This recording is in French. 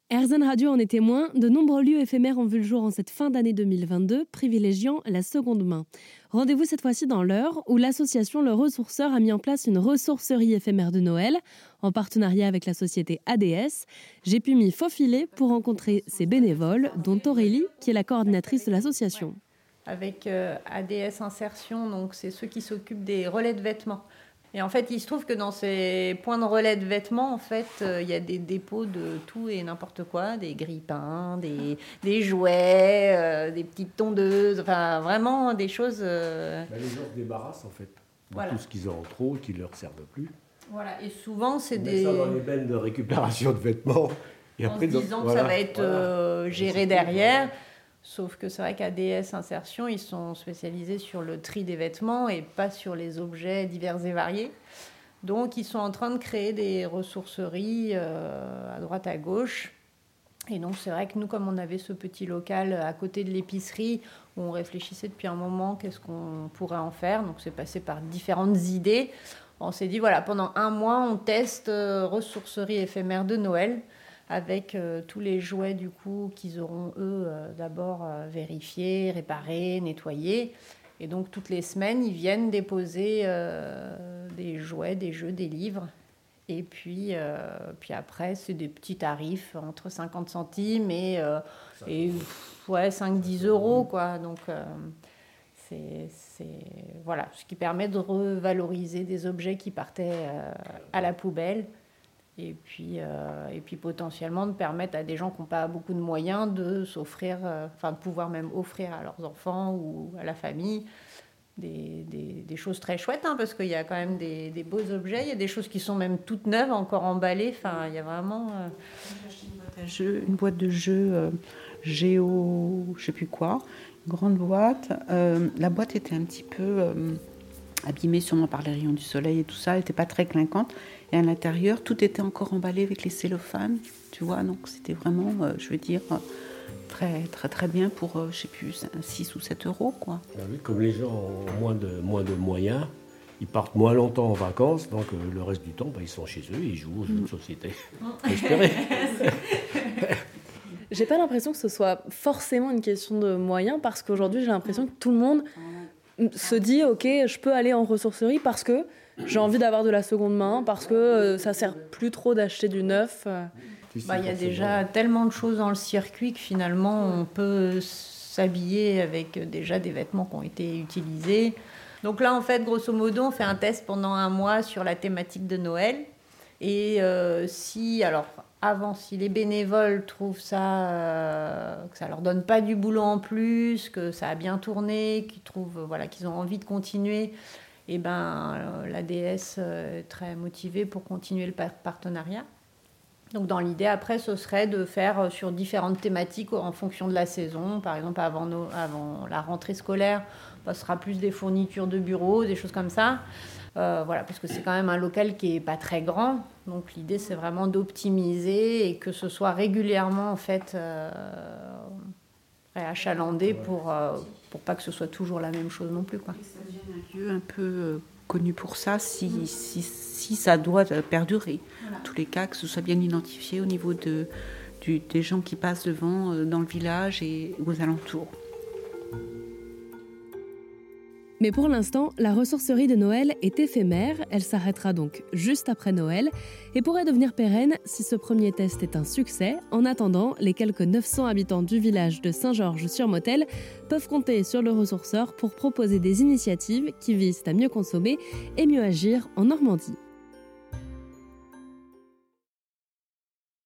RZN Radio en est témoin, de nombreux lieux éphémères ont vu le jour en cette fin d'année 2022, privilégiant la seconde main. Rendez-vous cette fois-ci dans l'Eure, où l'association Le Ressourceur a mis en place une ressourcerie éphémère de Noël, en partenariat avec la société ADS. J'ai pu m'y faufiler pour rencontrer ses bénévoles, dont Aurélie, qui est la coordinatrice de l'association. Avec ADS Insertion, donc c'est ceux qui s'occupent des relais de vêtements. Et en fait, il se trouve que dans ces points de relais de vêtements, en fait, il y a des dépôts de tout et n'importe quoi, des grille-pains, des jouets, des petites tondeuses, enfin vraiment des choses... Les gens se débarrassent en fait de tout ce qu'ils ont en trop et qui ne leur servent plus. Voilà, et souvent c'est des... ça dans les bennes de récupération de vêtements. Et après, en se disant que ça va être géré derrière. Sauf que c'est vrai qu'ADS Insertion, ils sont spécialisés sur le tri des vêtements et pas sur les objets divers et variés. Donc, ils sont en train de créer des ressourceries à droite, à gauche. Et donc, c'est vrai que nous, comme on avait ce petit local à côté de l'épicerie, où on réfléchissait depuis un moment qu'est-ce qu'on pourrait en faire. Donc, c'est passé par différentes idées. On s'est dit, voilà, pendant un mois, on teste ressourcerie éphémère de Noël, avec tous les jouets du coup qu'ils auront eux d'abord vérifiés, réparés, nettoyés. Et donc toutes les semaines, ils viennent déposer des jouets, des jeux, des livres. Et puis après, c'est des petits tarifs entre 50 centimes et 5-10 euros, quoi. Donc c'est voilà, ce qui permet de revaloriser des objets qui partaient à la poubelle. Et puis potentiellement de permettre à des gens qui n'ont pas beaucoup de moyens de s'offrir, de pouvoir même offrir à leurs enfants ou à la famille des choses très chouettes, parce qu'il y a quand même des beaux objets, il y a des choses qui sont même toutes neuves, encore emballées, il y a vraiment... J'ai acheté une boîte de jeux Géo, je ne sais plus quoi, une grande boîte. La boîte était un petit peu... abîmée sûrement par les rayons du soleil et tout ça, elle n'était pas très clinquante. Et à l'intérieur, tout était encore emballé avec les cellophanes, tu vois. Donc c'était vraiment, très, très, très bien pour, 6 ou 7 euros, quoi. Ah oui, comme les gens ont moins de moyens, ils partent moins longtemps en vacances, donc le reste du temps, ils sont chez eux et ils jouent aux jeux de société. Espérez. J'ai pas l'impression que ce soit forcément une question de moyens, parce qu'aujourd'hui, j'ai l'impression que tout le monde se dit, ok, je peux aller en ressourcerie parce que j'ai envie d'avoir de la seconde main, parce que ça sert plus trop d'acheter du neuf. Il y a déjà tellement de choses dans le circuit que finalement on peut s'habiller avec déjà des vêtements qui ont été utilisés. Donc là, en fait, grosso modo, on fait un test pendant un mois sur la thématique de Noël. Et si les bénévoles trouvent ça, que ça leur donne pas du boulot en plus, que ça a bien tourné, qu'ils trouvent qu'ils ont envie de continuer, et l'ADS est très motivée pour continuer le partenariat. Donc dans l'idée après, ce serait de faire sur différentes thématiques en fonction de la saison. Par exemple, avant la rentrée scolaire, ce sera plus des fournitures de bureau, des choses comme ça. Parce que c'est quand même un local qui n'est pas très grand. Donc l'idée, c'est vraiment d'optimiser et que ce soit régulièrement en fait achalandé pour pas que ce soit toujours la même chose non plus, quoi. Et ça devient un lieu un peu connu pour ça, si ça doit perdurer. Voilà. En tous les cas, que ce soit bien identifié au niveau des gens qui passent devant dans le village et aux alentours. Mais pour l'instant, la ressourcerie de Noël est éphémère, elle s'arrêtera donc juste après Noël et pourrait devenir pérenne si ce premier test est un succès. En attendant, les quelques 900 habitants du village de Saint-Georges-sur-Motelle peuvent compter sur le ressourceur pour proposer des initiatives qui visent à mieux consommer et mieux agir en Normandie.